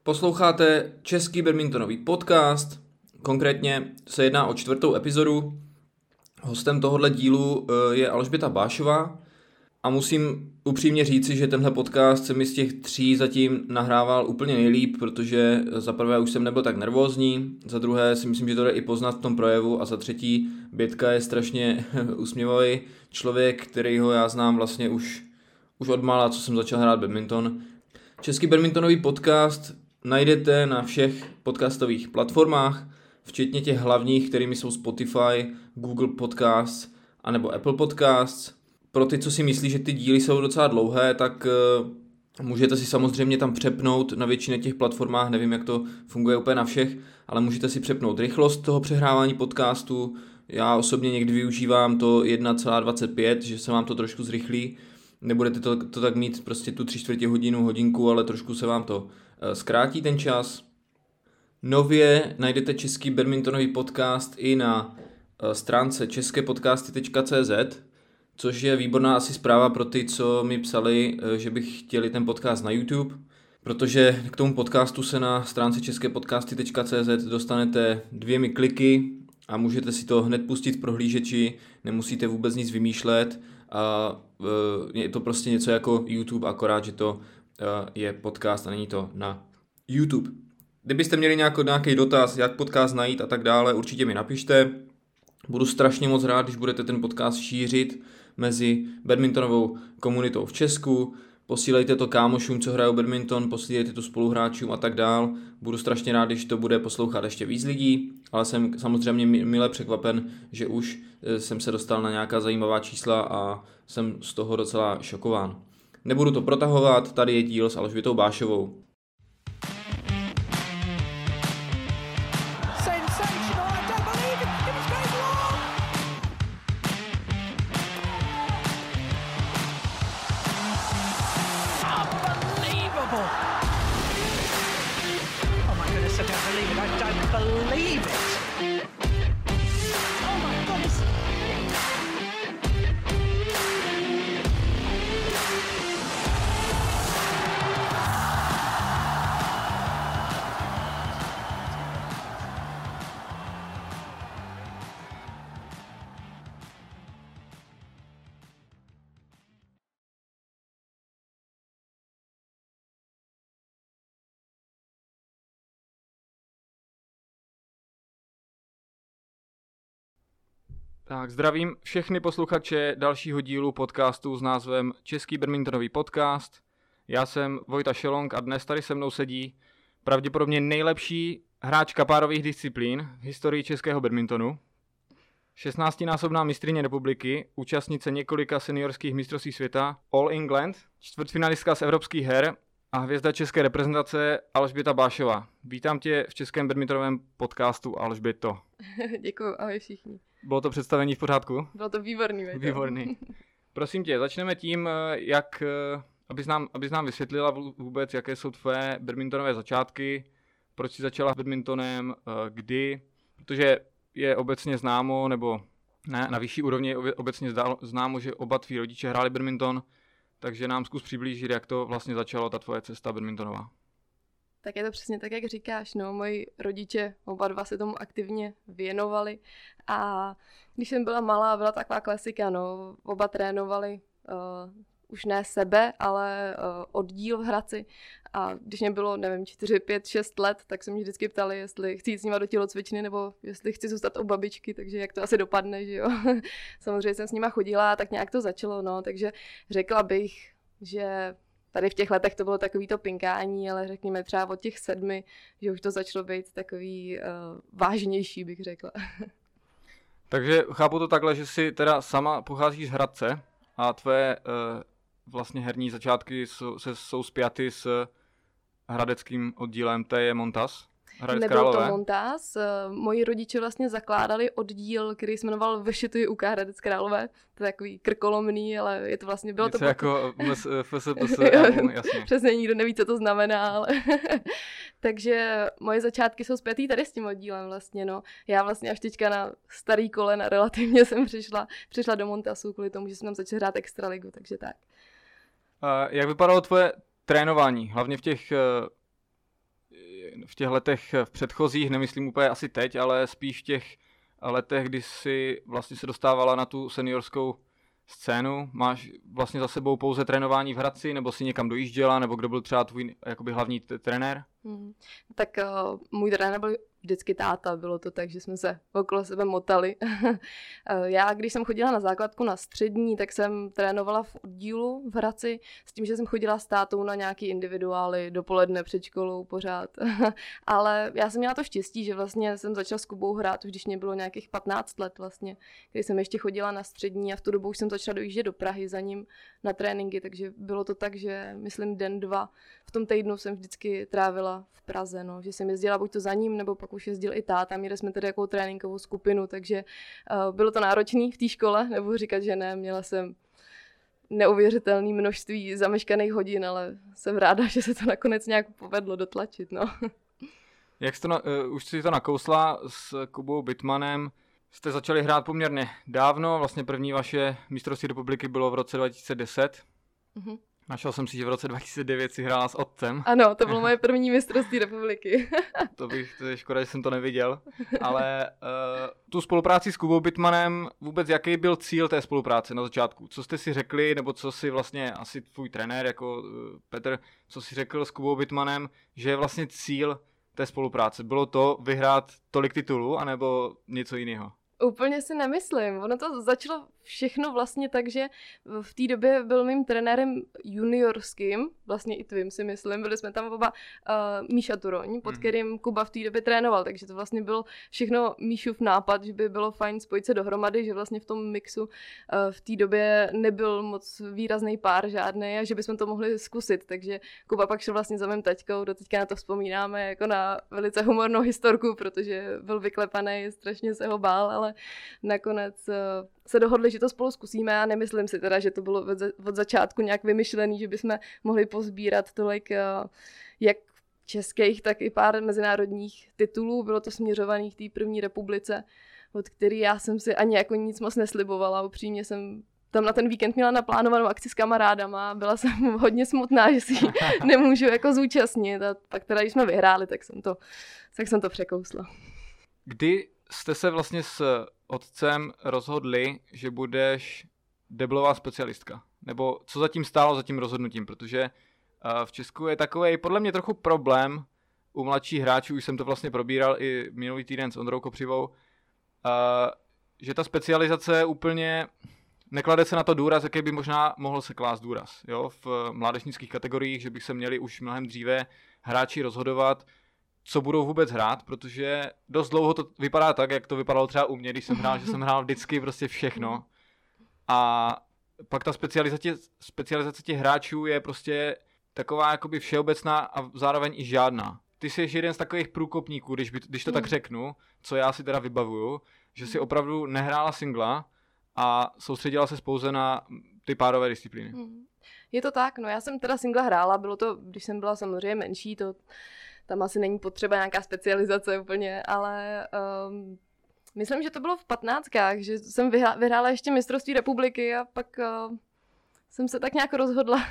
Posloucháte český badmintonový podcast, konkrétně se jedná o 4. epizodu. Hostem tohoto dílu je Alžběta Bášová a musím upřímně říci, že tenhle podcast se mi z těch 3 zatím nahrával úplně nejlíp, protože za prvé už jsem nebyl tak nervózní, za druhé si myslím, že to jde i poznat v tom projevu a za třetí Bětka je strašně usměvavý člověk, kterýho já znám vlastně už od mála, co jsem začal hrát badminton. Český badmintonový podcast najdete na všech podcastových platformách, včetně těch hlavních, kterými jsou Spotify, Google Podcasts anebo Apple Podcasts. Pro ty, co si myslí, že ty díly jsou docela dlouhé, tak můžete si samozřejmě tam přepnout na většině těch platformách, nevím, jak to funguje úplně na všech, ale můžete si přepnout rychlost toho přehrávání podcastu. Já osobně někdy využívám to 1,25, že se vám to trošku zrychlí. Nebudete to tak mít prostě tu 3/4 hodinu, hodinku, ale trošku se vám to zkrátí ten čas. Nově najdete český badmintonový podcast i na stránce česképodcasty.cz, což je výborná asi zpráva pro ty, co mi psali, že by chtěli ten podcast na YouTube, protože k tomu podcastu se na stránce česképodcasty.cz dostanete 2 kliky a můžete si to hned pustit v prohlížeči, nemusíte vůbec nic vymýšlet a je to prostě něco jako YouTube, akorát, že to je podcast a není to na YouTube. Kdybyste měli nějaký dotaz, jak podcast najít a tak dále, určitě mi napište. Budu strašně moc rád, když budete ten podcast šířit mezi badmintonovou komunitou v Česku. Posílejte to kámošům, co hrajou badminton, posílejte to spoluhráčům a tak dál. Budu strašně rád, když to bude poslouchat ještě víc lidí, ale jsem samozřejmě mile překvapen, že už jsem se dostal na nějaká zajímavá čísla a jsem z toho docela šokován. Nebudu to protahovat, tady je díl s Alžbětou Bášovou. Tak zdravím všechny posluchače dalšího dílu podcastu s názvem Český badmintonový podcast. Já jsem Vojta Šelong a dnes tady se mnou sedí pravděpodobně nejlepší hráčka párových disciplín v historii českého badmintonu. 16násobná mistryně republiky, účastnice několika seniorských mistrovství světa, All England, čtvrtfinalistka z evropských her a hvězda české reprezentace Alžběta Bášová. Vítám tě v českém badmintonovém podcastu, Alžběto. Děkuju, ahoj všichni. Bylo to představení v pořádku? Bylo to výborný. Výborný. Prosím tě, začneme tím, abys nám vysvětlila vůbec, jaké jsou tvoje badmintonové začátky, proč jsi začala s badmintonem, kdy, protože je obecně známo, nebo ne, na vyšší úrovni je obecně známo, že oba tví rodiče hráli badminton, takže nám zkus přiblížit, jak to vlastně začalo, ta tvoje cesta badmintonová. Tak je to přesně tak, jak říkáš, no, moji rodiče oba dva se tomu aktivně věnovali a když jsem byla malá, byla taková klasika, no, oba trénovali už ne sebe, ale oddíl v Hradci a když mě bylo, nevím, 4, 5, 6 let, tak se mě vždycky ptali, jestli chci jít s nima do tělocvičny nebo jestli chci zůstat u babičky, takže jak to asi dopadne, že jo. Samozřejmě jsem s nima chodila a tak nějak to začalo, no, takže řekla bych, že tady v těch letech to bylo takový to pinkání, ale řekněme třeba od těch 7, že už to začalo být takový vážnější, bych řekla. Takže chápu to takhle, že si teda sama pocházíš z Hradce a tvoje vlastně herní začátky jsou spjaty s hradeckým oddílem, to je Montas? Nebyl to Montas. Moji rodiče vlastně zakládali oddíl, který se jmenoval Vešituji UK Hradec Králové. To je takový krkolomný, ale je to vlastně... Bylo něco to jako jasně. Přesně, nikdo neví, co to znamená, ale... Takže moje začátky jsou zpětý tady s tím oddílem vlastně, no. Já vlastně až teďka na starý kolena relativně jsem přišla do Montasu kvůli tomu, že jsem tam začala hrát extraligu, takže tak. Jak vypadalo tvoje trénování, hlavně v těch v těch letech v předchozích, nemyslím úplně asi teď, ale spíš v těch letech, kdy si vlastně se dostávala na tu seniorskou scénu? Máš vlastně za sebou pouze trénování v Hradci, nebo si někam dojížděla, nebo kdo byl třeba tvůj jakoby hlavní trenér? Tak můj trenér byl vždycky táta, bylo to tak, že jsme se okolo sebe motali. Já, když jsem chodila na základku na střední, tak jsem trénovala v oddílu v Hradci, s tím, že jsem chodila s tátou na nějaký individuály, dopoledne před školou pořád. Ale já jsem měla to štěstí, že vlastně jsem začala s Kubou hrát, už když mě bylo nějakých 15 let vlastně, když jsem ještě chodila na střední a v tu dobu už jsem začala dojíždět do Prahy za ním na tréninky, takže bylo to tak, že myslím den, dva v tom týdnu jsem vždycky trávila v Praze, no, že jsem jezdila buď to za ním, nebo pak už jezdil i táta, měli jsme tedy jako tréninkovou skupinu, takže bylo to náročné v té škole, nebudu říkat, že ne, měla jsem neuvěřitelné množství zameškaných hodin, ale jsem ráda, že se to nakonec nějak povedlo dotlačit, no. Jak jste už si to nakousla s Kubou Bittmannem, jste začali hrát poměrně dávno, vlastně první vaše mistrovství republiky bylo v roce 2010. Mm-hmm. Našel jsem si, že v roce 2009 si hrála s otcem. Ano, to bylo moje první mistrovství republiky. To je škoda, že jsem to neviděl. Ale tu spolupráci s Kubou Bittmannem, vůbec jaký byl cíl té spolupráce na začátku? Co jste si řekli, nebo co si vlastně asi tvůj trenér jako Petr, co si řekl s Kubou Bittmannem, že je vlastně cíl té spolupráce? Bylo to vyhrát tolik titulů, anebo něco jiného? Úplně si nemyslím. Ono to začalo všechno vlastně tak, že v té době byl mým trenérem juniorským, vlastně i tvým si myslím, byli jsme tam oba Míša Turoň, pod kterým Kuba v té době trénoval, takže to vlastně byl všechno Míšův nápad, že by bylo fajn spojit se dohromady, že vlastně v tom mixu v té době nebyl moc výrazný pár žádný a že bychom to mohli zkusit, takže Kuba pak šel vlastně za mým taťkou, do teďka na to vzpomínáme jako na velice humornou historku, protože byl vyklepaný, strašně se ho bál, ale nakonec se dohodli, že to spolu zkusíme a nemyslím si teda, že to bylo od začátku nějak vymyšlený, že bychom mohli pozbírat tolik jak českých, tak i pár mezinárodních titulů. Bylo to směřovaný k té první republice, od který já jsem si ani jako nic moc neslibovala. Upřímně jsem tam na ten víkend měla naplánovanou akci s kamarádama a byla jsem hodně smutná, že si nemůžu jako zúčastnit a pak teda, když jsme vyhráli, tak jsem to překousla. Kdy jste se vlastně s otcem rozhodli, že budeš deblová specialistka? Nebo co zatím stálo za tím rozhodnutím? Protože v Česku je takový podle mě trochu problém u mladších hráčů, už jsem to vlastně probíral i minulý týden s Ondrou Kopřivou, že ta specializace úplně neklade se na to důraz, jaký by možná mohl se klást důraz. Jo? V mládežnických kategoriích, že by se měli už mnohem dříve hráči rozhodovat, co budou vůbec hrát, protože dost dlouho to vypadá tak, jak to vypadalo třeba u mě, když jsem hrál, že jsem hrál vždycky prostě všechno. A pak ta specializace těch hráčů je prostě taková jakoby všeobecná a zároveň i žádná. Ty jsi jeden z takových průkopníků, když to tak řeknu, co já si teda vybavuju, že si opravdu nehrála singla a soustředila se pouze na ty párové disciplíny. Je to tak, no já jsem teda singla hrála, bylo to, když jsem byla samozřejmě menší, tam asi není potřeba nějaká specializace úplně, ale myslím, že to bylo v 15kách, že jsem vyhrála ještě mistrovství republiky a pak jsem se tak nějak rozhodla,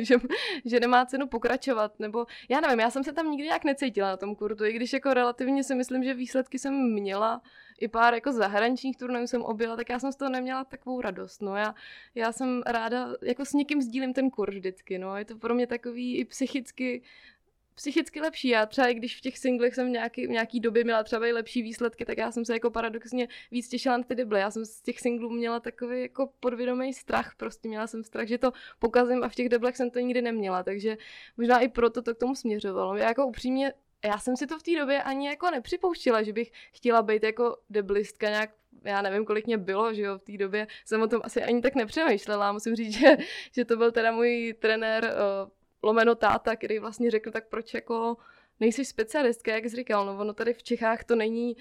že nemá cenu pokračovat, nebo já nevím, já jsem se tam nikdy nějak necítila na tom kurtu, i když jako relativně si myslím, že výsledky jsem měla, i pár jako zahraničních turnajů jsem objela, tak já jsem z toho neměla takovou radost, no já jsem ráda, jako s někým sdílím ten kurz vždycky, no, je to pro mě takový i psychicky lepší. Já třeba i když v těch singlech jsem v nějaký době měla třeba i lepší výsledky, tak já jsem se jako paradoxně víc těšila na ty deble. Já jsem z těch singlů měla takový jako podvědomý strach, prostě měla jsem strach, že to pokazím a v těch deblech jsem to nikdy neměla, takže možná i proto to k tomu směřovalo. Já jako upřímně, já jsem si to v té době ani jako nepřipouštila, že bych chtěla být jako deblistka nějak, já nevím, kolik mě bylo, že jo, v té době jsem o tom asi ani tak nepřemýšlela. Musím říct, že to byl teda můj trenér lomeno táta, který vlastně řekl, tak proč jako nejsi specialistka, jak jsi říkal, no ono tady v Čechách to není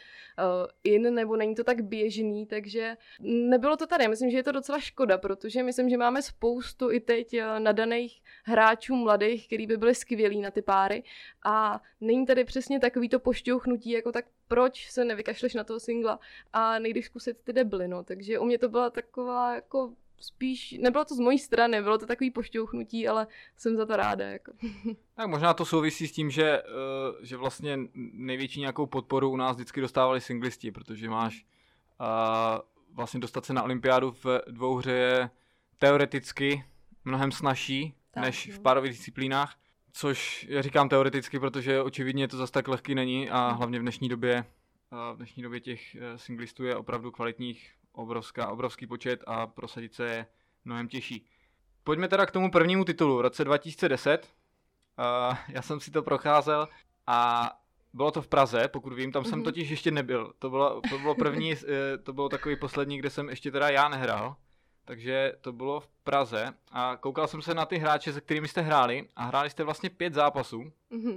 nebo není to tak běžný, takže nebylo to tady. Myslím, že je to docela škoda, protože myslím, že máme spoustu i teď nadaných hráčů mladých, který by byli skvělí na ty páry a není tady přesně takový to pošťouchnutí, jako tak proč se nevykašleš na toho singla a nejdeš zkusit ty debly, no. Takže u mě to byla taková jako spíš, nebylo to z mojí strany, bylo to takový pošťouchnutí, ale jsem za to ráda. Jako. Tak možná to souvisí s tím, že vlastně největší nějakou podporu u nás vždycky dostávali singlisti, protože máš vlastně dostat se na olympiádu v dvouhře je teoreticky mnohem snazší než v párových disciplínách, což já říkám teoreticky, protože očividně to zase tak lehký není a hlavně v dnešní době těch singlistů je opravdu kvalitních obrovský počet a prosadit se je mnohem těžší. Pojďme teda k tomu prvnímu titulu. V roce 2010 já jsem si to procházel a bylo to v Praze, pokud vím, tam jsem totiž ještě nebyl. To bylo první, to bylo takový poslední, kde jsem ještě teda já nehrál. Takže to bylo v Praze a koukal jsem se na ty hráče, se kterými jste hráli a hráli jste vlastně 5 zápasů.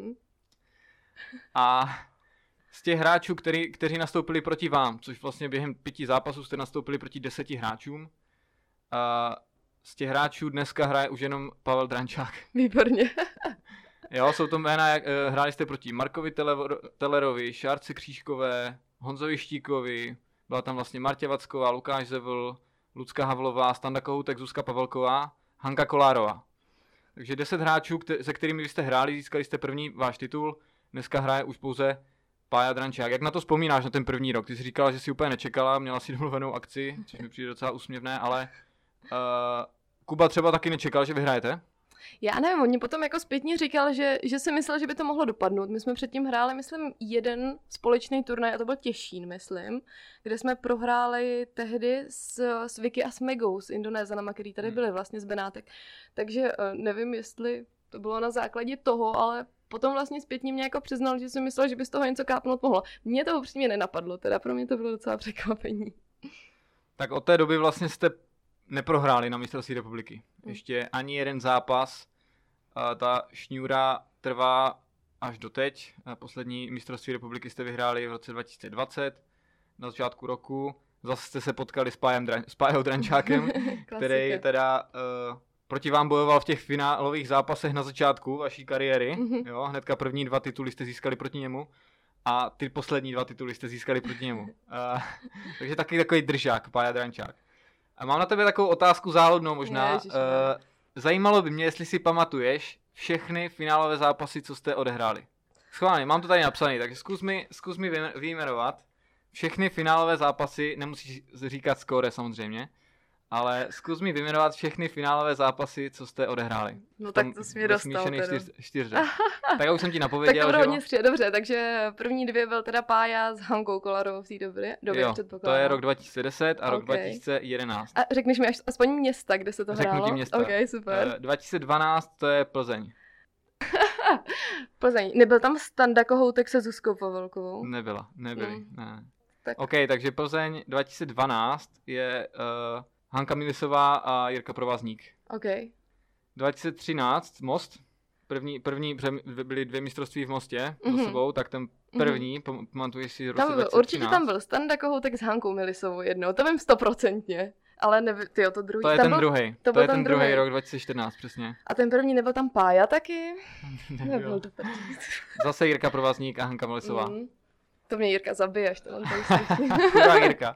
A z těch hráčů, kteří nastoupili proti vám, což vlastně během 5 zápasů jste nastoupili proti 10 hráčům, a z těch hráčů dneska hraje už jenom Pavel Drančák. Výborně. Jo, jsou to jména, hráli jste proti Markovi Tellerovi, Šárce Křížkové, Honzovi Štíkovi, byla tam vlastně Martě Vacková, Lukáš Zevl, Lucka Havlová, Standa Kohoutek, Zuzka Pavelková, Hanka Kolárová. Takže 10 hráčů, se kterými jste hráli, získali jste první váš titul, dneska hraje už pouze Pája Drančák. Jak na to vzpomínáš, na ten první rok? Ty jsi říkala, že jsi úplně nečekala, měla si domluvenou akci, což mi přijde docela úsměvné, ale Kuba třeba taky nečekal, že vyhrajete? Já nevím, on mě potom jako zpětně říkal, že si myslel, že by to mohlo dopadnout. My jsme předtím hráli, myslím, jeden společný turnaj, a to byl Těšín, myslím, kde jsme prohráli tehdy s Vicky a s Megou, s Indonézanama, který tady byli vlastně z Benátek. Takže nevím, jestli to bylo na základě toho, ale potom vlastně zpětně mě jako přiznal, že si myslel, že by z toho něco kápnout mohlo. Mně to upřímně nenapadlo, teda pro mě to bylo docela překvapení. Tak od té doby vlastně jste neprohráli na mistrovství republiky. Ještě ani jeden zápas. Ta šňůra trvá až doteď. Poslední mistrovství republiky jste vyhráli v roce 2020, na začátku roku. Zase jste se potkali s Pájou Drančákem, který teda proti vám bojoval v těch finálových zápasech na začátku vaší kariéry. Jo, hnedka první 2 tituly jste získali proti němu. A ty poslední 2 tituly jste získali proti němu. Takže taky takový držák, Pája Drančák. A mám na tebe takovou otázku záhodnou možná. Zajímalo by mě, jestli si pamatuješ všechny finálové zápasy, co jste odehráli. Schválně, mám to tady napsané, takže zkus mi vyjmenovat všechny finálové zápasy, nemusíš říkat skóre samozřejmě, ale zkus mi vyjmenovat všechny finálové zápasy, co jste odehráli. No tak to jsi mě dostal. Tak já už jsem ti napověděl, tak to bylo hodně dobře, takže první 2 byl teda Pája s Hankou Kolárovou v té době to je rok 2010 a rok 2011. A řekneš mi aspoň města, kde se to hrálo? Řeknu ti města. Ok, super. 2012 to je Plzeň. Plzeň. Nebyl tam Standa Kohoutek se Zuzkou Pavelkovou? Nebyli. Ne. Tak. OK, takže Plzeň 2012 je Hanka Milisová a Jirka Provazník. OK. 2013 Most. První byly 2 mistrovství v Mostě za sebou, tak ten první, pamatuješ si roce 2013? Určitě tam byl Standa Kohoutek s Hankou Milisovou jednou, to vím 100%. Ale to druhý. To je ten druhý. To je ten druhý rok 2014, přesně. A ten první nebyl tam Pája taky? Nebyl to první. Zase Jirka Provazník a Hanka Milisová. To mě Jirka zabije, až to on tady Chudá Jirka.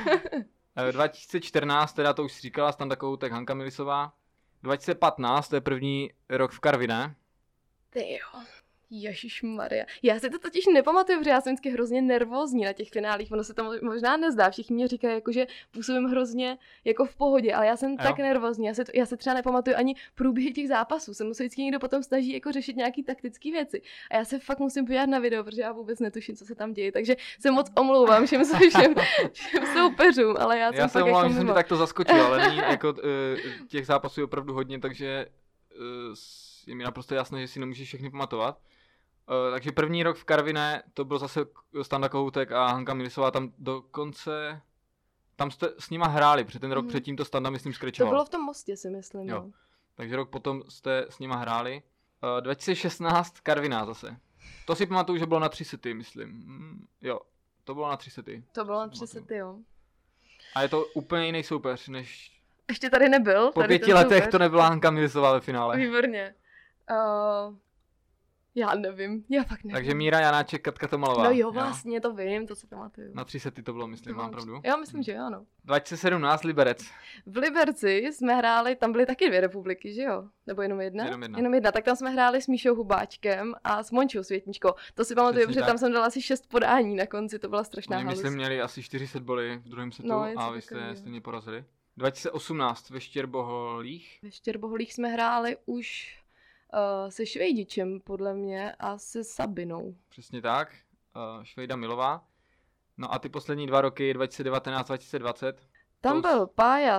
2014, teda to už jsi říkala, Standa Kohoutek, Hanka Milisová. 2015, to je první rok v Karviné. Ty jo. Ježišmarja. Já si to totiž nepamatuju, protože já jsem vždycky hrozně nervózní na těch finálích. Ono se to možná nezdá. Všichni mě říkají, jako, že působím hrozně jako v pohodě, ale já jsem tak nervózní. Já se třeba nepamatuju ani průběhy těch zápasů. Se musí vždycky někdo potom snaží jako řešit nějaký taktické věci. A já se fakt musím podívat na video, protože já vůbec netuším, co se tam děje. Takže se moc omlouvám všem soupeřům, ale já jsem se omlouvám, že jsem tě takto zaskočil, ale není jako těch zápasů je opravdu hodně, takže je mi naprosto jasné, že si nemůžeš všechny pamatovat. Takže první rok v Karviné, to byl zase Standa Kohoutek a Hanka Milisová, tam dokonce, tam jste s nima hráli, protože ten rok předtím to Standa, myslím, skrečoval. To bylo v tom Mostě, si myslím. Jo. Takže rok potom jste s nima hráli. 2016 Karviná zase. To si pamatuju, že bylo na 3 sety, myslím. Jo, to bylo na 3 sety. To bylo na 3 sety, jo. A je to úplně jiný soupeř, než... Ještě tady nebyl. Po 5 letech to nebyla Hanka Milisová ve finále. Výborně. Já nevím, já fakt nevím. Takže Míra Janáček, Katka Tomalová. No jo, vlastně to vím, to si pamatuju. Na 3 sety to bylo, myslím, mám pravdu? Já myslím, že ano. 2017 Liberec. V Liberci jsme hráli, tam byly taky 2 republiky, že jo? Nebo jenom jedna? Jenom jedna. Tak tam jsme hráli s Míšou Hubáčkem a s Mončou Světničkou. To si pamatuju, protože tam jsem dala asi 6 podání na konci, to byla strašná halus. Oni měli asi 400 boli v druhém setu a vy jste mě porazili. 2018 ve Štěrboholích. Ve Štěrboholích jsme hráli už se Švejdičem, podle mě, a se Sabinou. Přesně tak, Švejda Milová. No a ty poslední 2 roky, 2019-2020? Tam byl Pája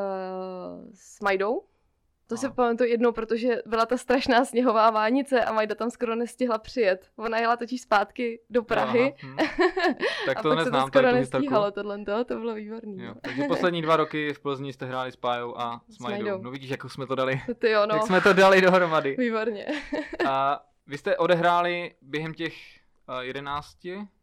s Majdou. To si pamatuju jednou, protože byla ta strašná sněhová vánice a Majda tam skoro nestihla přijet. Ona jela totiž zpátky do Prahy. Tak to a neznám, se to skoro nestíhalo tohle, to bylo výborný. Jo. Takže poslední 2 roky v Plzni jste hráli s Pájou a s Majdou. No vidíš, jak jsme to dali. Jak jsme to dali dohromady. Výborně. A vy jste odehráli během těch 11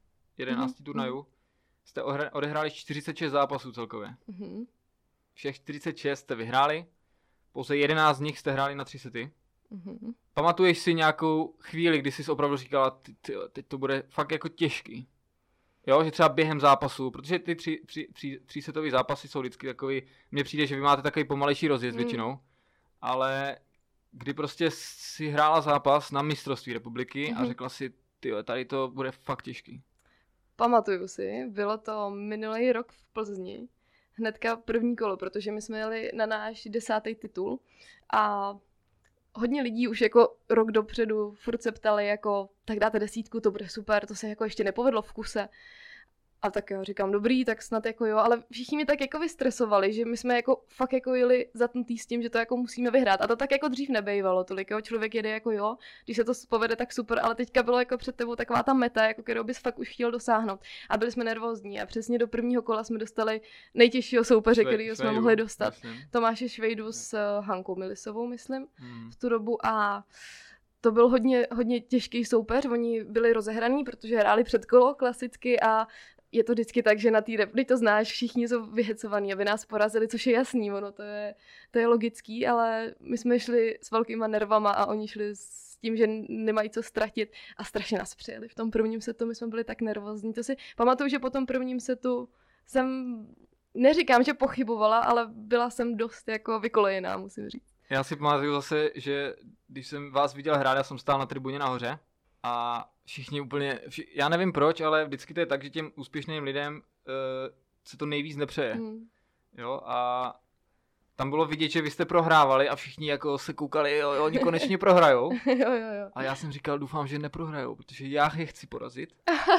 turnajů, jste odehráli 46 zápasů celkově. Všech 46 jste vyhráli. Pouze 11 z nich jste hráli na 3 sety. Pamatuješ si nějakou chvíli, kdy jsi opravdu říkala, teď to bude fakt jako těžký? Jo, že třeba během zápasu, protože ty 3 setové zápasy jsou vždycky takový, mně přijde, že vy máte takový pomalejší rozjezd většinou, ale kdy prostě si hrála zápas na mistrovství republiky a řekla si, tyjo, tady to bude fakt těžký. Pamatuju si, bylo to minulý rok v Plzni. Hnedka první kolo, protože my jsme jeli na náš 10. titul a hodně lidí už jako rok dopředu furt se ptali jako, tak dáte 10, to bude super, to se jako ještě nepovedlo v kuse. A tak já říkám, dobrý, tak snad jako jo, ale všichni mi tak jako vystresovali, že my jsme jako fakt jako jeli zatnutý s tím, že to jako musíme vyhrát. A to tak jako dřív nebejvalo tolik, jo, člověk jede jako jo, když se to povede, tak super, ale teďka bylo jako před tebou taková ta meta, jako kterou bys fakt už chtěl dosáhnout. A byli jsme nervózní a přesně do prvního kola jsme dostali nejtěžšího soupeře, kterýho jsme mohli dostat. Myslím. Tomáše Švejdu s Hankou Milisovou, myslím, v tu dobu a to byl hodně těžký soupeř, oni byli rozehraný, protože hráli předkolo klasicky a je to vždycky tak, že na té teď to znáš, všichni jsou vyhecovaní, aby nás porazili, což je jasný, ono to je logický, ale my jsme šli s velkýma nervama a oni šli s tím, že nemají co ztratit a strašně nás přijeli. V tom prvním setu my jsme byli tak nervózní, to si pamatuju, že po tom prvním setu jsem, neříkám, že pochybovala, ale byla jsem dost jako vykolejená, musím říct. Já si pamatuju zase, že když jsem vás viděl hrát, já jsem stál na tribuně nahoře a všichni úplně, já nevím proč, ale vždycky to je tak, že těm úspěšným lidem se to nejvíc nepřeje. Jo, a tam bylo vidět, že vy jste prohrávali a všichni jako se koukali, jo, oni konečně prohrajou. jo. A já jsem říkal, doufám, že neprohrajou, protože já je chci porazit.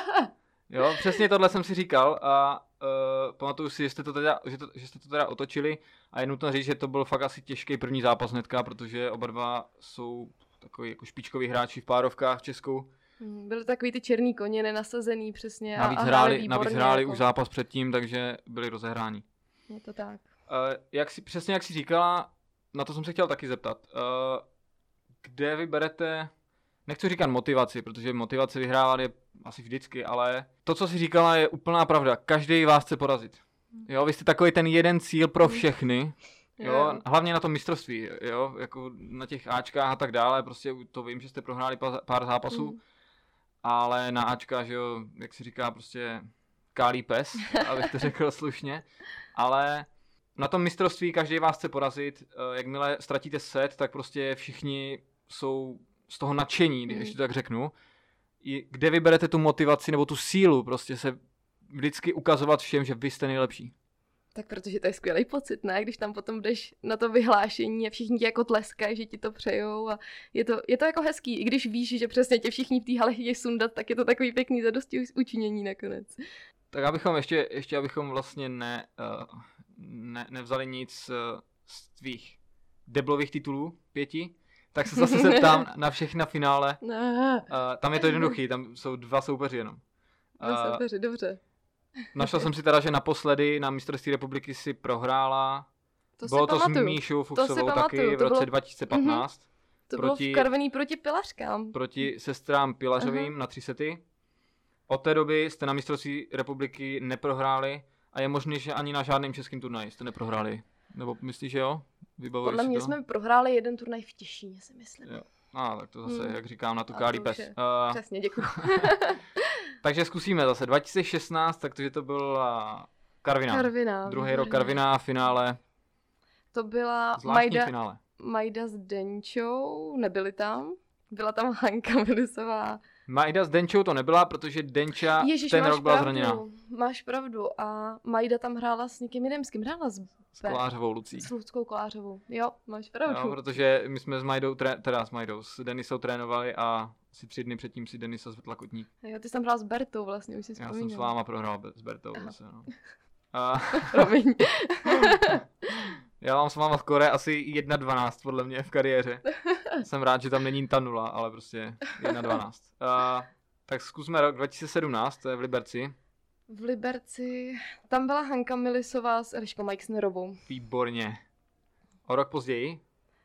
Jo, přesně tohle jsem si říkal a pamatuju si, že jste to teda otočili a je nutno říct, že to byl fakt asi těžký první zápas hnedka, protože oba dva jsou takový jako špičkoví hráči v párovkách v Česku. Byly takový ty černý koně, nenasazený přesně navíc a hráli jako už zápas předtím, takže byli rozehráni. Je to tak. Jak jsi říkala, na to jsem se chtěl taky zeptat. Kde vyberete, nechci říkat motivaci, protože motivace vyhrávat je asi vždycky, ale to, co jsi říkala, je úplná pravda. Každý vás chce porazit. Jo, vy jste takový ten jeden cíl pro všechny. Jo, hlavně na tom mistrovství, jo, jako na těch Ačkách a tak dále, prostě to vím, že jste prohráli pár zápasů, ale na Ačka, že jo, jak se říká, prostě kálí pes, abych to řekl slušně, ale na tom mistrovství každý vás chce porazit, jakmile ztratíte set, tak prostě všichni jsou z toho nadšení, když to tak řeknu. Kde vyberete tu motivaci nebo tu sílu, prostě se vždycky ukazovat všem, že vy jste nejlepší. Tak protože to je skvělý pocit, ne? Když tam potom jdeš na to vyhlášení a všichni ti jako tleskají, že ti to přejou a je to jako hezký. I když víš, že přesně tě všichni v té hale chtějí sundat, tak je to takový pěkný zadosti učinění nakonec. Tak abychom ještě abychom vlastně nevzali nic z tvých deblových titulů 5, tak se zase zeptám na všechna finále. Tam je to jednoduchý, tam jsou 2 soupeři jenom. 2 soupeři, dobře. Našel jsem si teda, že naposledy na mistrovství republiky si prohrála. Bylo to s Míšou Fuchsovou taky v roce 2015. To bylo v Karviní proti Pilařkám. Proti sestrám Pilařovým na 3 sety. Od té doby jste na mistrovství republiky neprohráli a je možné, že ani na žádném českém turnaji jste neprohráli. Nebo myslíš, že jo? Podle mě jsme prohráli jeden turnaj v Těšíně, si myslím. Jo. Tak to zase, jak říkám, natukálí pes. Přesně, děkuji. Takže zkusíme zase. 2016, takže to byla Karviná. Druhý rok Karviná, finále. To byla Majda s Denčou, nebyli tam. Byla tam Hanka Milisová. Majda s Denčou to nebyla, protože Denča ten rok byla zraněná. Máš pravdu. A Majda tam hrála s někým jiným, s kým hrála? S Kolářovou Lucí. S Luckou Kolářovou. Jo, máš pravdu. Jo, protože my jsme s Denisou trénovali a asi 3 dny předtím si Denisa zvedla kotník. Jo, ty jsi tam hrál s Bertou vlastně, už si vzpomínám. Já jsem s váma prohrál s Bertou zase, no. Promiň. Já mám s váma v kore asi 1,12 podle mě v kariéře. Jsem rád, že tam není ta 0, ale prostě 1,12. Tak zkusme rok 2017, to je v Liberci. V Liberci, tam byla Hanka Milisová s Eliškou Majksnerovou. Výborně. O rok později?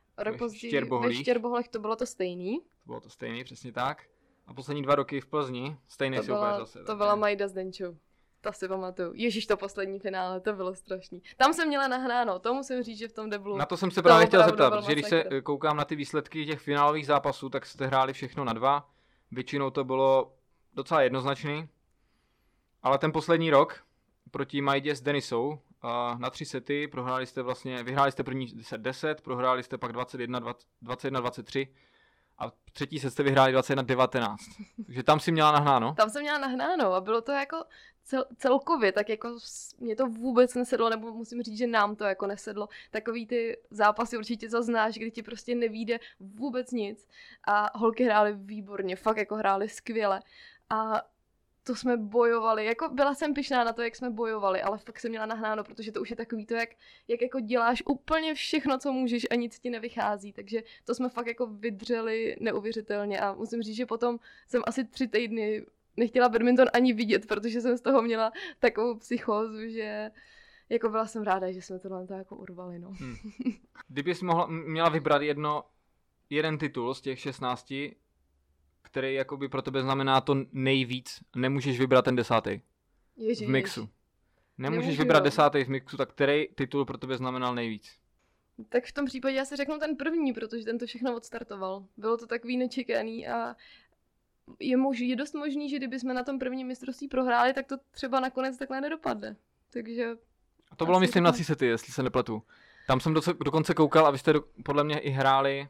Ve Štěrboholech to bylo to stejný. To bylo to stejný, přesně tak. A poslední 2 roky v Plzni, stejný soupeř zase. To byla Majda s Denčou. To si pamatuju. Ježíš, to poslední finále, to bylo strašný. Tam jsem měla nahráno, to musím říct, že v tom deblu. Na to jsem se právě chtěl zeptat, protože když se koukám na ty výsledky těch finálových zápasů, tak jste hráli všechno na 2. Většinou to bylo docela jednoznačný. Ale ten poslední rok proti Majdě s Denisou na 3 sety vyhráli jste první set 10, prohráli jste pak 21-23 a třetí set jste vyhráli 21-19. Takže tam si měla nahnáno? Tam jsem měla nahnáno a bylo to jako celkově, tak jako mě to vůbec nesedlo, nebo musím říct, že nám to jako nesedlo. Takový ty zápasy určitě zaznáš, kdy ti prostě nevyjde vůbec nic a holky hrály výborně, fakt jako hrály skvěle a to jsme bojovali, jako byla jsem pyšná na to, jak jsme bojovali, ale fakt jsem měla nahnáno, protože to už je takový to, jak jako děláš úplně všechno, co můžeš a nic ti nevychází, takže to jsme fakt jako vydřeli neuvěřitelně a musím říct, že potom jsem asi 3 týdny nechtěla badminton ani vidět, protože jsem z toho měla takovou psychózu, že jako byla jsem ráda, že jsme tohle jako urvali, no. Kdybys měla vybrat jeden titul z těch 16, který jakoby pro tebe znamená to nejvíc, nemůžeš vybrat ten 10. v mixu. Nemůžeš vybrat 10. v mixu, tak který titul pro tebe znamenal nejvíc? Tak v tom případě já si řeknu ten první, protože ten to všechno odstartoval. Bylo to takový nečekaný a je dost možný, že kdyby jsme na tom prvním mistrovství prohráli, tak to třeba nakonec takhle nedopadne. Takže... A to bylo myslím na 3 sety, jestli se nepletu. Tam jsem dokonce koukal a vy jste podle mě i hráli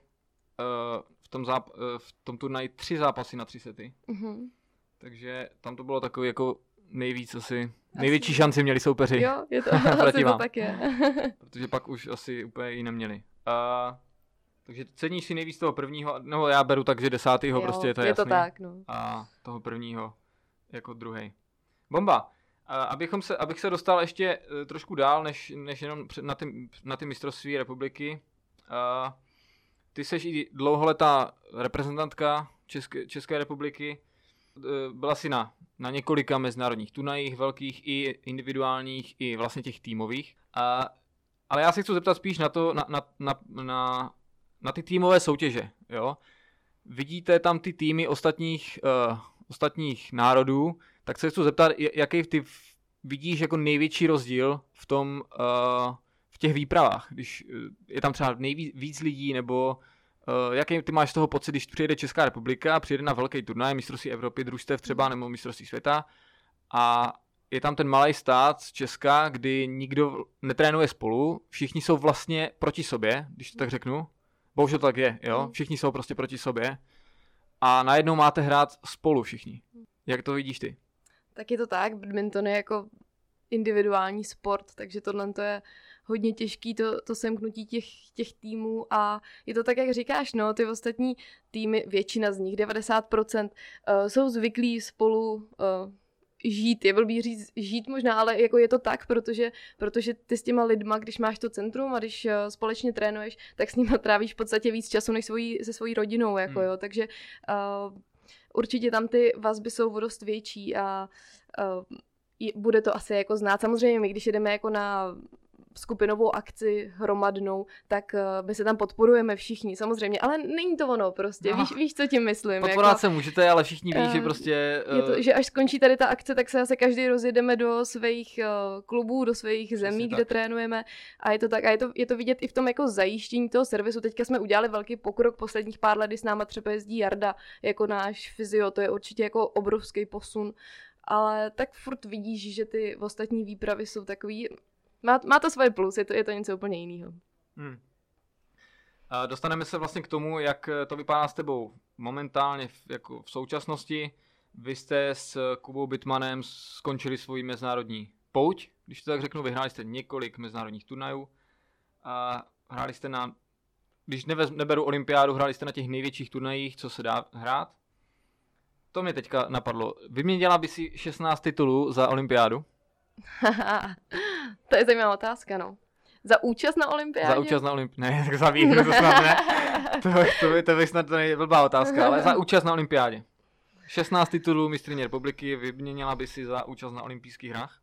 v tom turnaji 3 zápasy na 3 sety. Uh-huh. Takže tam to bylo takový jako nejvíc asi největší šanci měli soupeři. Jo, je to asi to tak je. Protože pak už asi úplně ji neměli. Takže ceníš si nejvíc toho prvního, nebo já beru tak, že 10. prostě je to jasný. Je to tak, no. A toho prvního jako druhej. Bomba. Abych se dostal ještě trošku dál, než jenom na ty mistrovství republiky. Ty seš i dlouholetá reprezentantka České republiky. Byla si na několika mezinárodních turnajích, velkých i individuálních, i vlastně těch týmových. Ale já se chci zeptat spíš na to, na ty týmové soutěže. Jo? Vidíte tam ty týmy ostatních národů, tak se chci zeptat, jaký ty vidíš jako největší rozdíl v těch výpravách, když je tam třeba víc lidí, nebo jaký ty máš z toho pocit, když přijede Česká republika, přijede na velký turnaj, mistrovství Evropy, družstev třeba, nebo mistrovství světa a je tam ten malý stát z Česka, kdy nikdo netrénuje spolu, všichni jsou vlastně proti sobě, když to tak řeknu. Bohužel to tak je, jo? Všichni jsou prostě proti sobě a najednou máte hrát spolu všichni. Jak to vidíš ty? Tak je to tak, badminton je jako individuální sport, takže tohle to je hodně těžký, to semknutí těch týmů a je to tak, jak říkáš, no, ty ostatní týmy, většina z nich, 90%, jsou zvyklí spolu žít, je blbý říct žít možná, ale jako je to tak, protože ty s těma lidma, když máš to centrum a když společně trénuješ, tak s nima trávíš v podstatě víc času než se svojí rodinou, jako jo, takže určitě tam ty vazby jsou o dost větší a bude to asi jako znát. Samozřejmě my, když jedeme jako na skupinovou akci hromadnou, tak my se tam podporujeme všichni, samozřejmě, ale není to ono prostě, víš, co tím myslím. Podporovat jako, se můžete, ale všichni ví, že prostě... Je to, že až skončí tady ta akce, tak se zase každý rozjedeme do svých klubů, do svých zemí, kde trénujeme a je to tak, a je to vidět i v tom jako zajištění toho servisu. Teďka jsme udělali velký pokrok posledních pár let, kdy s náma třeba jezdí Jarda jako náš fyzio, to je určitě jako obrovský posun, ale tak furt vidíš, že ty ostatní výpravy jsou takový, má to svoje plus, je to něco úplně jiného. Dostaneme se vlastně k tomu, jak to vypadá s tebou momentálně jako v současnosti. Vy jste s Kubou Bittmanem skončili svoji mezinárodní pouť, když to tak řeknu, vyhráli jste několik mezinárodních turnajů a hráli jste když neberu olympiádu, hráli jste na těch největších turnajích, co se dá hrát. To mě teďka napadlo. Vyměnila by si 16 titulů za olympiádu? To je zajímavá otázka, no. Za účast na olympiádě? Za účast na olympiádě. Ne, tak za výhru to snad ne. To by snad blbá otázka, ale za účast na olympiádě. 16 titulů mistryně republiky vyměnila by si za účast na olympijských hrách?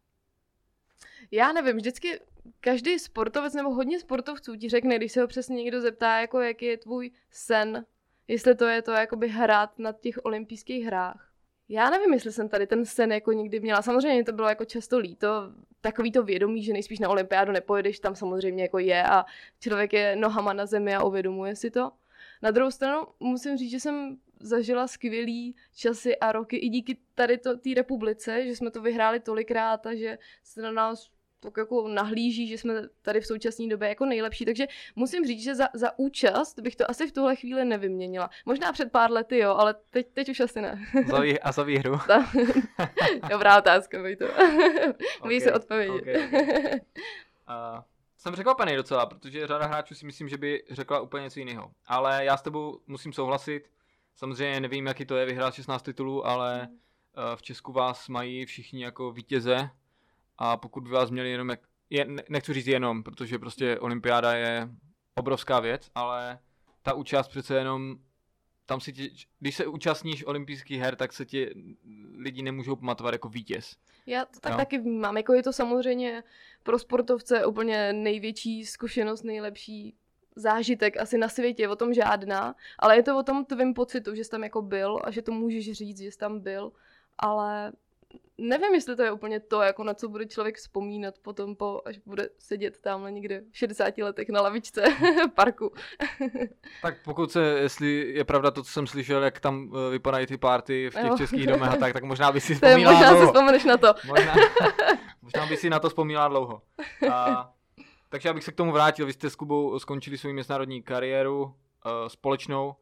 Já nevím, vždycky každý sportovec nebo hodně sportovců ti řekne, když se ho přesně někdo zeptá, jako jaký je tvůj sen, jestli to je to jakoby hrát na těch olympijských hrách. Já nevím, jestli jsem tady ten sen jako nikdy měla. Samozřejmě to bylo jako často líto, takový to vědomí, že nejspíš na olympiádu nepojedeš, tam samozřejmě jako je a člověk je nohama na zemi a uvědomuje si to. Na druhou stranu musím říct, že jsem zažila skvělý časy a roky i díky tady té republice, že jsme to vyhráli tolikrát a že se na nás tak jako nahlíží, že jsme tady v současné době jako nejlepší, takže musím říct, že za účast bych to asi v tuhle chvíli nevyměnila. Možná před pár lety, jo, ale teď už asi ne. A za výhru? Dobrá otázka, bej to. Můžu se odpovědět. Okay. Jsem překvapený docela, protože řada hráčů si myslím, že by řekla úplně něco jiného. Ale já s tebou musím souhlasit. Samozřejmě nevím, jaký to je vyhrát 16 titulů, ale v Česku vás mají všichni jako vítěze. A pokud by vás měli jenom, nechci říct jenom, protože prostě olympiáda je obrovská věc, ale ta účast přece jenom, když se účastníš olympijských her, tak se ti lidi nemůžou pamatovat jako vítěz. Já to tak taky vnímám, jako je to samozřejmě pro sportovce úplně největší zkušenost, nejlepší zážitek asi na světě, o tom žádná, ale je to o tom tvým pocitu, že jsi tam jako byl a že to můžeš říct, že jsi tam byl, ale nevím, jestli to je úplně to, jako na co bude člověk vzpomínat potom, až bude sedět tamhle někde v 60 letech na lavičce parku. Tak jestli je pravda to, co jsem slyšel, jak tam vypadají ty party v těch českých domech a tak možná by si vzpomínala možná dlouho. Si vzpomeneš na to. Možná by si na to vzpomínala dlouho. Takže abych se k tomu vrátil, vy jste s Kubou skončili svou mezinárodní kariéru společnou.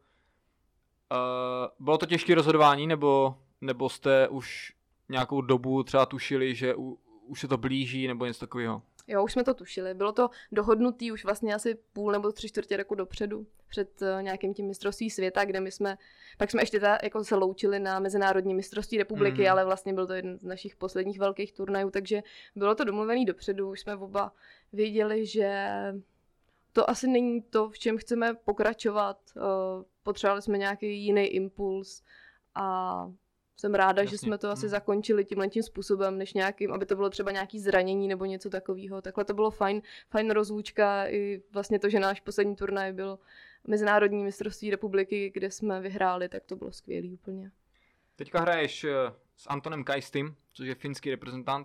Bylo to těžké rozhodování, nebo jste už nějakou dobu třeba tušili, že už se to blíží, nebo něco takového? Jo, už jsme to tušili. Bylo to dohodnutý už vlastně asi půl nebo 3/4 roku dopředu, před nějakým tím mistrovství světa, kde pak jsme ještě jako se loučili na mezinárodní mistrovství republiky, ale vlastně byl to jeden z našich posledních velkých turnajů, takže bylo to domluvený dopředu, už jsme oba věděli, že to asi není to, v čem chceme pokračovat. Potřebovali jsme nějaký jiný impuls a jsem ráda, že jsme to asi zakončili tímhletím způsobem, než nějakým, aby to bylo třeba nějaký zranění nebo něco takového. Takhle to bylo fajn rozlučka i vlastně to, že náš poslední turnaj byl mezinárodní mistrovství republiky, kde jsme vyhráli, tak to bylo skvělý úplně. Teďka hraješ s Antonem Kaistym, což je finský reprezentant.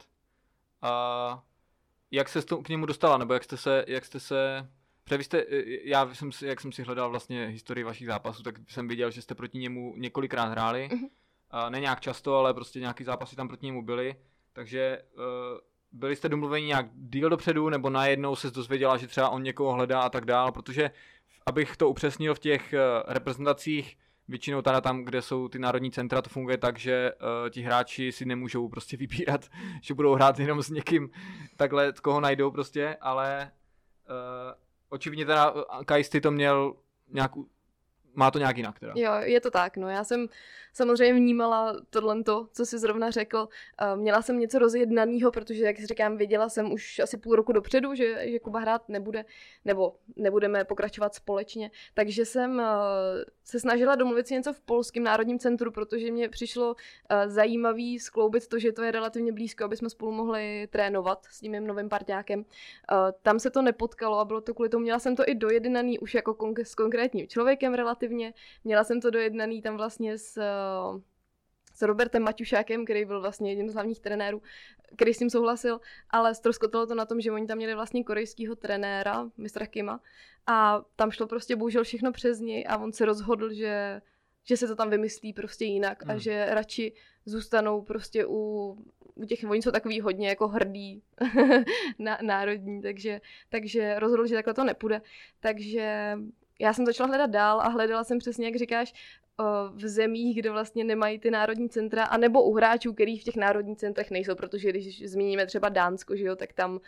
Jak se k němu dostala, nebo jak jste se jak jsem si hledal vlastně historii vašich zápasů, tak jsem viděl, že jste proti němu několikrát hráli. Ne nějak často, ale prostě nějaký zápasy tam proti němu byly. Takže byli jste domluveni nějak díl dopředu, nebo najednou se dozvěděla, že třeba on někoho hledá a tak dál, protože abych to upřesnil, v těch reprezentacích většinou tady tam, kde jsou ty národní centra, to funguje tak, že ti hráči si nemůžou prostě vybírat, že budou hrát jenom s někým takhle, koho najdou prostě, ale očividně teda Kaisty to měl nějak má to nějak jinak teda. Jo, je to tak, no já jsem samozřejmě vnímala tohleto, co jsi zrovna řekl. Měla jsem něco rozjednanýho, protože, jak si říkám, věděla jsem už asi půl roku dopředu, že Kuba hrát nebude, nebo nebudeme pokračovat společně, takže jsem se snažila domluvit si něco v Polském národním centru, protože mě přišlo zajímavý skloubit to, že to je relativně blízko, aby jsme spolu mohli trénovat s tím mým novým parťákem. Tam se to nepotkalo a bylo to kvůli tomu, měla jsem to i dojednaný už jako s konkrétním člověkem relativně, měla jsem to dojednaný tam vlastně s Robertem Maťušákem, který byl vlastně jedním z hlavních trenérů, který s tím souhlasil, ale ztroskotalo to na tom, že oni tam měli vlastně korejskýho trenéra, mistra Kima, a tam šlo prostě bohužel všechno přes něj a on se rozhodl, že se to tam vymyslí prostě jinak a že radši zůstanou prostě u těch, oni jsou takový hodně jako hrdý národní, takže rozhodl, že takhle to nepůjde. Takže já jsem začala hledat dál a hledala jsem přesně, jak říkáš, v zemích, kde vlastně nemají ty národní centra, anebo u hráčů, který v těch národních centrech nejsou, protože když zmíníme třeba Dánsko, že jo, tak tam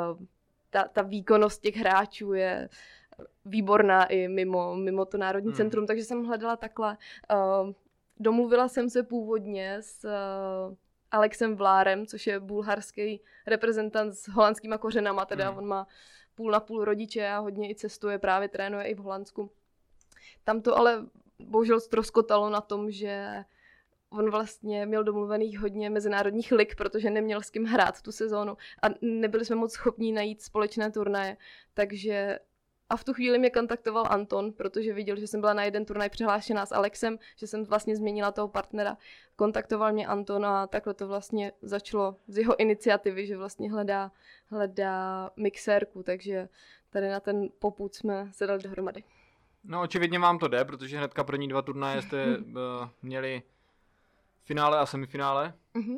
ta výkonnost těch hráčů je výborná i mimo to národní centrum, takže jsem hledala takhle. Domluvila jsem se původně s Alexem Vlárem, což je bulharský reprezentant s holandskýma kořenama, teda on má půl na půl rodiče a hodně i cestuje, právě trénuje i v Holandsku. Tam to ale bohužel ztroskotalo na tom, že on vlastně měl domluvených hodně mezinárodních lig, protože neměl s kým hrát tu sezónu a nebyli jsme moc schopní najít společné turnaje, takže a v tu chvíli mě kontaktoval Anton, protože viděl, že jsem byla na jeden turnaj přihlášená s Alexem, že jsem vlastně změnila toho partnera. Kontaktoval mě Anton a takhle to vlastně začalo z jeho iniciativy, že vlastně hledá mixérku, takže tady na ten popud jsme se dali dohromady. No očividně vám to jde, protože hnedka první 2 turnaje jste měli finále a semifinále.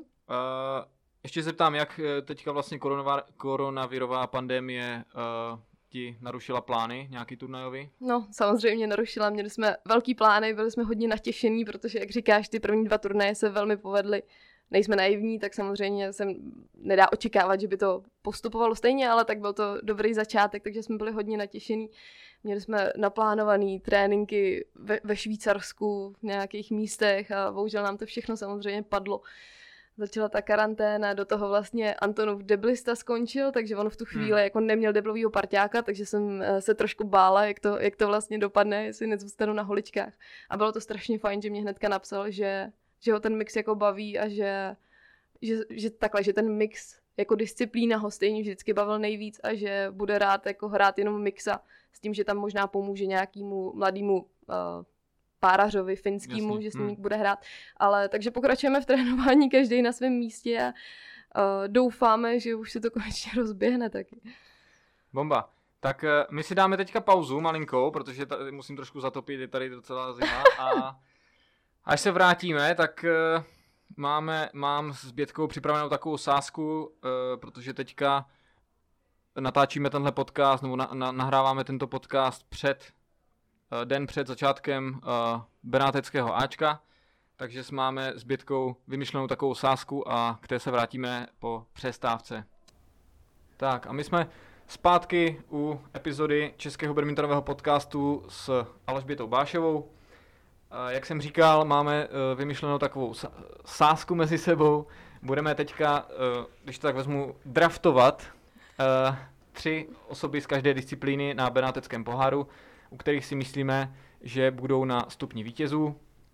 Ještě se ptám, jak teďka vlastně koronavirová pandemie ti narušila plány, nějaký turnajový? No, samozřejmě narušila, měli jsme velký plány, byli jsme hodně natěšení, protože, jak říkáš, ty první 2 turnaje se velmi povedly. Nejsme naivní, tak samozřejmě se nedá očekávat, že by to postupovalo stejně, ale tak byl to dobrý začátek, takže jsme byli hodně natěšení. Měli jsme naplánované tréninky ve Švýcarsku, v nějakých místech a bohužel nám to všechno samozřejmě padlo. Začala ta karanténa, do toho vlastně Antonův deblista skončil, takže on v tu chvíli jako neměl deblovýho parťáka, takže jsem se trošku bála, jak to vlastně dopadne, jestli nezůstanu na holičkách. A bylo to strašně fajn, že mě hnedka napsal, že ho ten mix jako baví a že takhle, že ten mix jako disciplína ho stejně vždycky bavil nejvíc a že bude rád jako hrát jenom mixa s tím, že tam možná pomůže nějakému mladému párařovi finskýmu, jasně, že s ním bude hrát. Ale takže pokračujeme v trénování každý na svém místě a doufáme, že už se to konečně rozběhne taky. Bomba. Tak my si dáme teďka pauzu malinkou, protože tady musím trošku zatopit, je tady docela zima a až se vrátíme, tak mám s Bětkou připravenou takovou sázku, protože teďka natáčíme tenhle podcast, nebo nahráváme tento podcast den před začátkem benáteckého Ačka, takže máme s Bětkou vymyšlenou takovou sázku a k té se vrátíme po přestávce. Tak a my jsme zpátky u epizody Českého badmintonového podcastu s Alžbětou Bášovou. Jak jsem říkal, máme vymyšlenou takovou sázku mezi sebou. Budeme teďka, když to tak vezmu, draftovat 3 osoby z každé disciplíny na benáteckém poháru, u kterých si myslíme, že budou na stupni vítězů.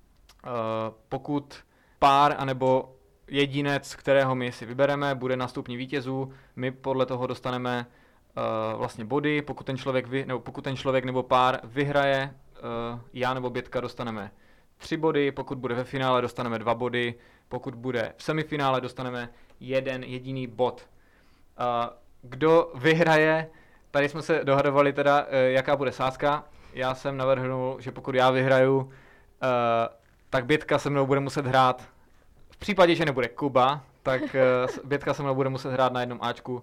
Pokud pár anebo jedinec, kterého my si vybereme, bude na stupni vítězů, my podle toho dostaneme vlastně body. Pokud ten člověk nebo pár vyhraje, já nebo Bětka dostaneme 3 body, pokud bude ve finále, dostaneme 2 body, pokud bude v semifinále, dostaneme 1 jediný bod. Kdo vyhraje, tady jsme se dohadovali teda, jaká bude sázka. Já jsem navrhnul, že pokud já vyhraju, tak Bětka se mnou bude muset hrát, v případě, že nebude Kuba, tak Bětka se mnou bude muset hrát na jednom Ačku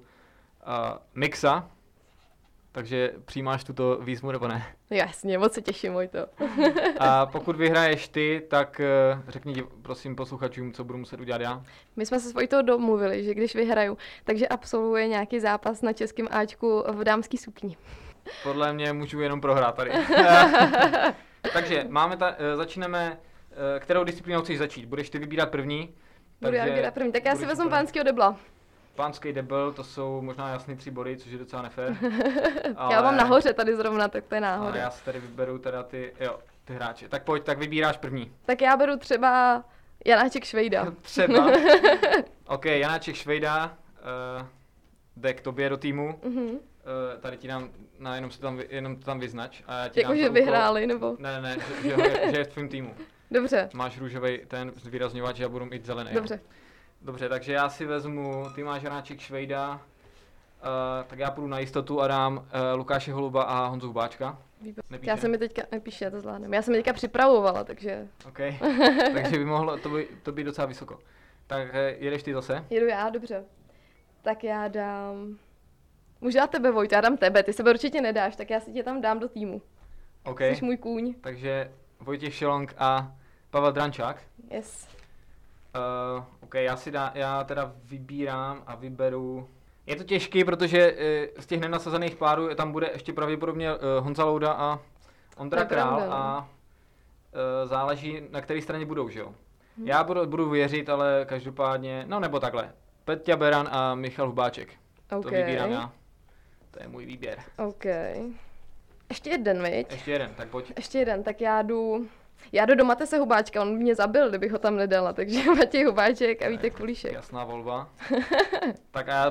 mixa. Takže přijímáš tuto výzvu nebo ne? Jasně, moc se těším, Vojto. A pokud vyhraješ ty, tak řekni prosím posluchačům, co budu muset udělat já. My jsme se s Vojtou domluvili, že když vyhraju, takže absolvuje nějaký zápas na českém Ačku v dámský sukni. Podle mě můžu jenom prohrát tady. Takže začínáme, kterou disciplínou chceš začít? Budeš ty vybírat první? Budu já vybírat první, tak já si vezmu pánského debla. Pánský debel, to jsou možná jasný 3 body, což je docela nefér. Já mám nahoře tady zrovna, tak to je náhoda. Já si tady vyberu teda ty hráče. Tak pojď, tak vybíráš první. Tak já beru třeba Janáček Švejda. Třeba. OK, Janáček Švejda jde k tobě do týmu. Tady ti dám, jenom to tam vyznač. Jako, že vyhráli, nebo? Ne, že je v tvým týmu. Dobře. Máš růžový ten zvýrazňovač, já budu mít zelený. Dobře, takže já si vezmu, ty máš Janáček Švejda, tak já půjdu na jistotu a dám Lukáše Holuba a Honzu Hubáčka. Já jsem mi teďka, nepíše, já to zvládnem. Já jsem mi teďka připravovala, takže... OK, takže by mohlo to být docela vysoko. Tak jedeš ty zase? Jedu já, dobře. Tak já dám... Můžu dát tebe, Vojto, já dám tebe, ty sebe určitě nedáš, tak já si tě tam dám do týmu. OK. Jsi můj kůň. Takže Vojtěch Šelong a Pavel Drančák. Yes. OK, já teda vybírám a vyberu... Je to těžký, protože z těch nenasazených párů tam bude ještě pravděpodobně Honza Louda a Ondra Král a záleží, na které straně budou, že jo? Já budu věřit, ale každopádně, no nebo takhle. Peťa Beran a Michal Hubáček. Okay. To vybírám já. To je můj výběr. OK. Ještě jeden, viď? Ještě jeden, tak pojď. Ještě jeden, tak já jdu do Matese Hubáčka, on mě zabil, kdybych ho tam nedala, takže Matěj Hubáček a Vítek Kulíšek. Jasná volba. Tak a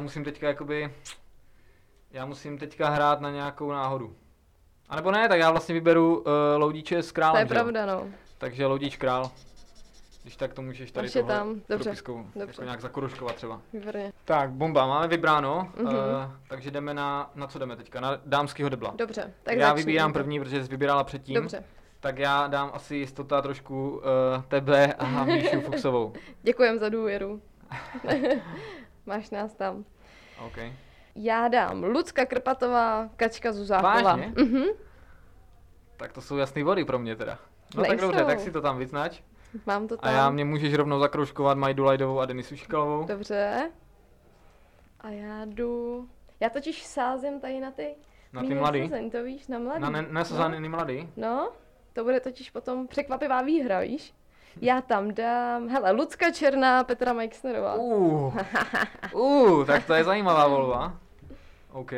já musím teďka hrát na nějakou náhodu. A nebo ne, tak já vlastně vyberu Loudíče s Králem. To je pravda, no. Takže Loudíč Král. Když tak to můžeš tady tohle tam. Dobře. Jako nějak zakoroškovat třeba. Výborně. Tak, bomba, máme vybráno, takže jdeme na co jdeme teďka? Na dámského debla. Dobře, tak já vybírám první, protože jsi vybírala předtím. Dobře. Tak já dám asi jistota trošku tebe a Míšu Fuchsovou. Děkujem za důvěru. Máš nás tam. OK. Já dám Lucka Krpatová, Kačka Zuzáková. Vážně? Tak to jsou jasný body pro mě teda. No tak dobře, tak si to tam vyznač. Mám to tam. A mě můžeš rovnou zakroužkovat Majdu Lajdovou a Denisu Šikalovou. Dobře. A já totiž sázím tady na ty mladý. To víš, na mladý. Na nesazený mladý? No, to bude totiž potom překvapivá výhra, víš? Já tam dám, Lucka Černá, Petra Majksnerová. Tak to je zajímavá volba. OK.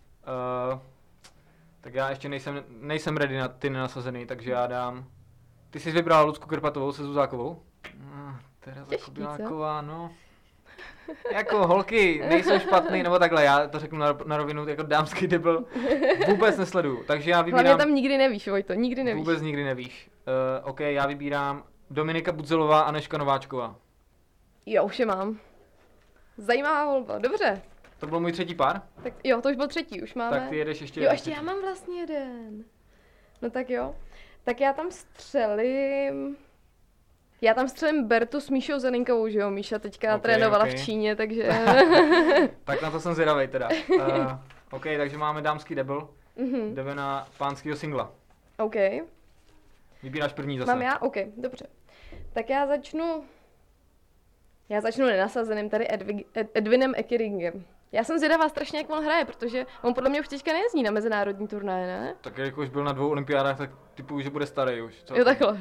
Tak já ještě nejsem ready na ty nenasazený, takže já dám... Ty jsi vybrala Lucku Krpatovou se Zuzákovou? Tereza Kobyláková, no. Jako holky nejsou špatný, nebo takhle, já to řeknu na rovinu, jako dámský debl vůbec nesleduju, takže já vybírám... Hlavně tam nikdy nevíš, Vojto, nikdy nevíš. Vůbec nikdy nevíš. OK, já vybírám Dominika Budzelová a Nežka Nováčková. Jo, už je mám. Zajímavá volba, dobře. To byl můj třetí pár? Tak jo, to už byl třetí, už máme. Tak ty jedeš ještě jeden. Jo, ještě já mám vlastně jeden. No tak jo. Tak já tam střelím Bertu s Míšou Zelinkovou, že jo? Míša teďka trénovala v Číně, takže... Tak na to jsem zvědavej teda. OK, takže máme dámský debl. Jdeme na pánskýho singla. OK. Vybíráš první zase. Mám já? OK, dobře. Tak já začnu nenasazeným tady Edwinem Ekeringem. Já jsem zvědavá strašně, jak on hraje, protože on podle mě už teďka nejezdí na mezinárodní turnaje, ne? Tak jako už byl na 2 olympiádách, tak typu, že bude starý už. Jo, takhle.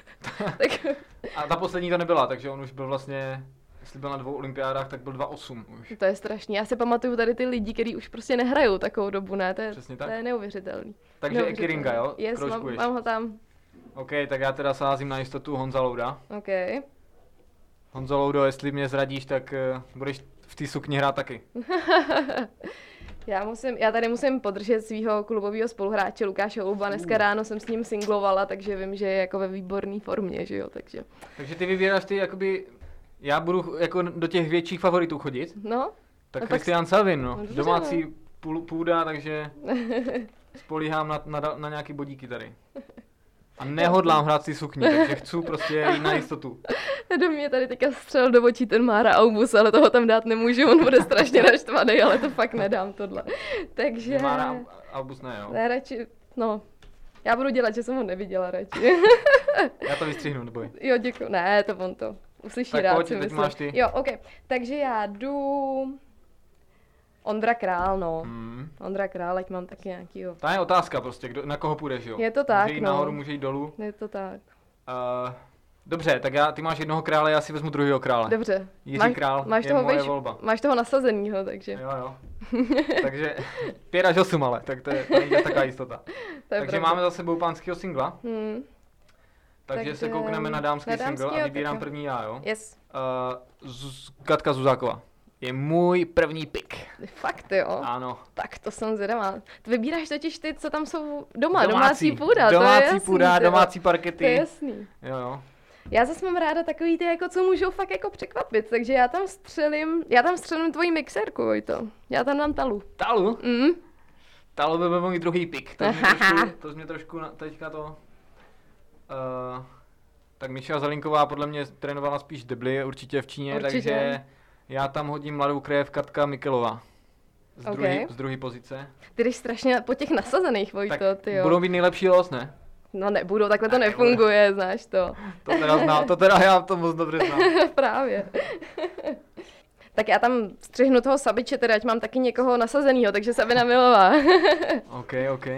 A ta poslední to nebyla, takže on už byl vlastně, jestli byl na 2 olympiádách, tak byl 2,8 už. To je strašný. Já si pamatuju tady ty lidi, kteří už prostě nehrajou takovou dobu, ne? To je neuvěřitelný. Takže Ekeringa, jo? Yes, mám ho tam. OK, tak já teda sázím na jistotu Honza Louda. OK. Honzo Loudo, jestli mě zradíš, tak budeš v té sukni hrát taky. Já tady musím podržet svého klubového spoluhráče Lukáše Holuba. Dneska ráno jsem s ním singlovala, takže vím, že je jako ve výborné formě, že jo, takže ty vybíráš ty jakoby, já budu jako do těch větších favoritů chodit. No. Tak Christian Salvin, no. Domácí půda, takže spolíhám na nějaký bodíky tady. A nehodlám hrát si sukni, takže chci prostě jít na jistotu. Do mě tady teďka střel do očí ten Mára Aubus, ale toho tam dát nemůžu, on bude strašně naštvaný, ale to fakt nedám tohle. Takže... Mára Aubus ne, jo? Ne, radši, no, já budu dělat, že jsem ho neviděla radši. Já to vystřihnu, neboj. Jo, děkuji, ne, to on to uslyší tak rád, si myslím. Máš ty. Jo, OK, takže já jdu Ondra Král, no. Ondra Král, ať mám taky nějakýho. Ta je otázka prostě, na koho půjdeš, jo? Je to tak, může jít nahoru, může jít dolů. Je to tak. Dobře, tak ty máš jednoho krále, já si vezmu druhého krále. Dobře. Jiří Král je moje volba. Máš toho nasazenýho, takže. Jo. Takže 5 až 8 ale, tak to je taková jistota. Takže máme za sebou pánského singla. Takže se koukneme na dámský single a vybírám první já, jo? Yes. Katka Zuzáková. Je můj první pick. Fakt jo? Ano. Tak to jsem zvědavá. Ty vybíráš totiž ty, co tam jsou doma, domácí půda, domácí to je jasný, půda, domácí parkety. To je jasný. Jo. Já zase mám ráda takový ty, jako, co můžou fakt jako překvapit, takže já tam střelím tvoji mixérku, Vojto. Já tam dám Talu. Talu? Talu by byl můj druhý pick. To mě trošku teďka to... tak Míša Zelinková podle mě trénovala spíš debly určitě v Číně, takže já tam hodím mladou krev Katka Mikelová. Z druhé pozice. Ty jdeš strašně po těch nasazených, Vojto, ty jo. Budou mít nejlepší los, ne? No nebudou, takhle to nefunguje, znáš to. To teda já to moc dobře znám. Právě. Tak já tam střihnu toho Sabiče, teda ať mám taky někoho nasazenýho, takže Sabina Milová. OK.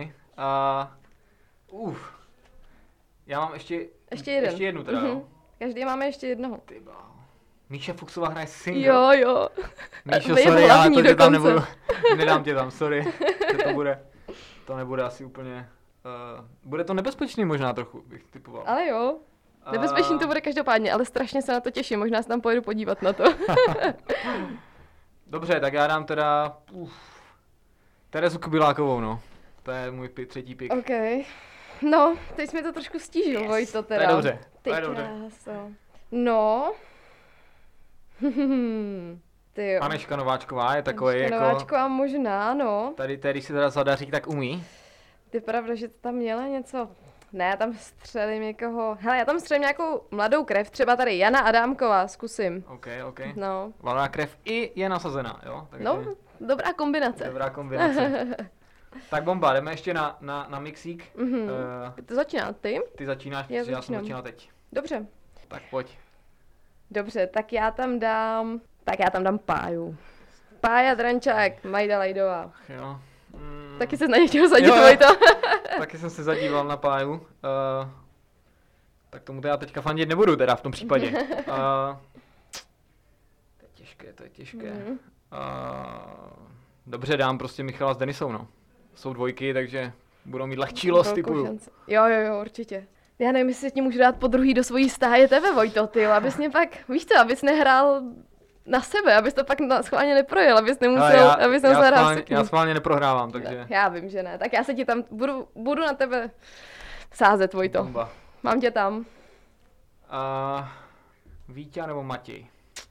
Já mám ještě jednu teda, jo? Každý máme ještě jednoho. Ty bláho. Míša Fuchsová hraje single. Jo. Míšo, sorry, já to tě tam nebudu. Nedám tě tam, sorry. To nebude asi úplně... bude to nebezpečný možná trochu, bych typoval. Ale jo. Nebezpečný to bude každopádně, ale strašně se na to těším. Možná se tam pojedu podívat na to. Dobře, tak já dám teda... Terezu Kubilákovou, no. To je můj třetí pick. OK. No, teď mi to trošku stížil, Vojto, teda. To je dobře. No. Ty jo. Aneška Nováčková je takový Aneška jako... Nováčková možná, no. Tady, když se teda zadaří, tak umí. Ty pravda, že tam měla něco... Ne, já tam střelím někoho... Hele, já tam střelím nějakou mladou krev, třeba tady Jana Adámková, zkusím. OK. No. Mladá krev i je nasazená, jo? Takže... No, dobrá kombinace. Tak bomba, jdeme ještě na mixík. To začíná ty? Ty začínáš, já jsem začínal teď. Dobře. Tak pojď. Dobře, tak já tam dám Páju. Pája Drančák, Majda Lajdová. Jo. Taky se na něčeho zadíval, Vojto. Taky jsem se zadíval na Páju. Tak tomu já teďka fandit nebudu teda v tom případě. To je těžké. Dobře, dám prostě Michala s Denisou, no. Jsou dvojky, takže budou mít lehčí los, typuju. Jo, určitě. Já nevím, jestli ti můžu dát po druhý do svojí stáje tebe, Vojto, ty, abys mě pak, víš co, abys nehrál na sebe, abys to pak schválně neprojel, abys nemusel, abys nemusel hrát. Já schválně neprohrávám, takže... Já vím, že ne, tak já se ti tam, budu na tebe sázet, Vojto. Bomba. Mám tě tam. Vítě nebo Matěj?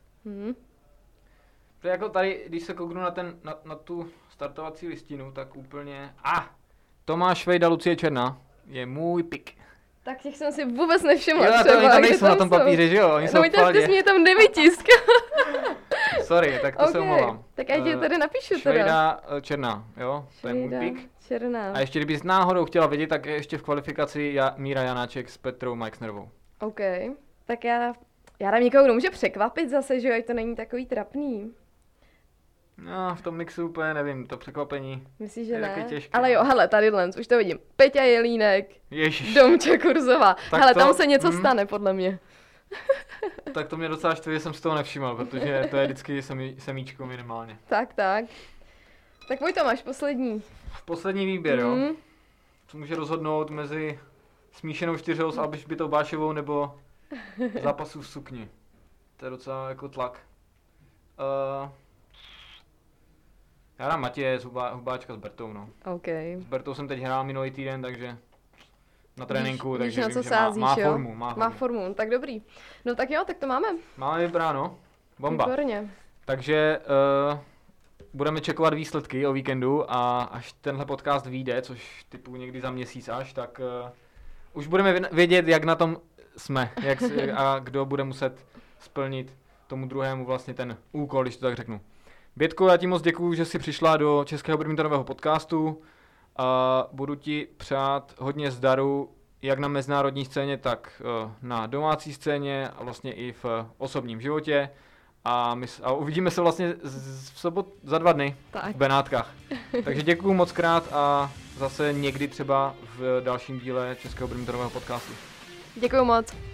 Protože jako tady, když se kouknu na tu startovací listinu, tak úplně... Tomáš Vejda, Lucie Černá je můj pick. Tak těch jsem si vůbec nevšimla. Jo, oni tam nejsou na tom papíře, že jo? Oni jsou v pohodě. Ty jsi mě tam nevytisk. Sorry, tak to se omlouvám. Tak já ti tady napíšu teda. Švejda Černá, jo? To je můj pick. Černá. A ještě kdybys náhodou chtěla vědět, tak je ještě v kvalifikaci Míra Janáček s Petrou Majksnerovou. OK. Tak já dám někoho, kdo může překvapit zase, že jo, ať to není takový trapný. No, v tom mixu úplně nevím, to překvapení. Myslíš, že je ne? taky těžké. Ale jo, hele, tady už to vidím. Peťa Jelínek, Ježiš. Domča Kurzová. Hele, tam se něco stane, podle mě. Tak to mě docela štve, že jsem z toho nevšiml, protože to je vždycky semíčko minimálně. Tak. Tak Vojto, máš poslední. Poslední výběr, jo? Co může rozhodnout mezi smíšenou čtyřou s Alžbětou Bášovou nebo zápasu v sukni. To je docela jako tlak. Já dám Matěje, Hubáčka s Bertou, no. OK. S Bertou jsem teď hrál minulý týden, takže na tréninku, takže na co vím, sázíš, má formu. Má formu, tak dobrý. No tak jo, tak to máme. Máme vybráno. Bomba. Výborně. Takže budeme čekovat výsledky o víkendu a až tenhle podcast vyjde, což typu někdy za měsíc až, tak už budeme vědět, jak na tom jsme a kdo bude muset splnit tomu druhému vlastně ten úkol, když to tak řeknu. Bětko, já ti moc děkuju, že jsi přišla do Českého badmintonového podcastu a budu ti přát hodně zdaru jak na mezinárodní scéně, tak na domácí scéně a vlastně i v osobním životě A uvidíme se vlastně v sobotu za 2 dny Tak. v Benátkách. Takže děkuju moc krát a zase někdy třeba v dalším díle Českého badmintonového podcastu. Děkuju moc.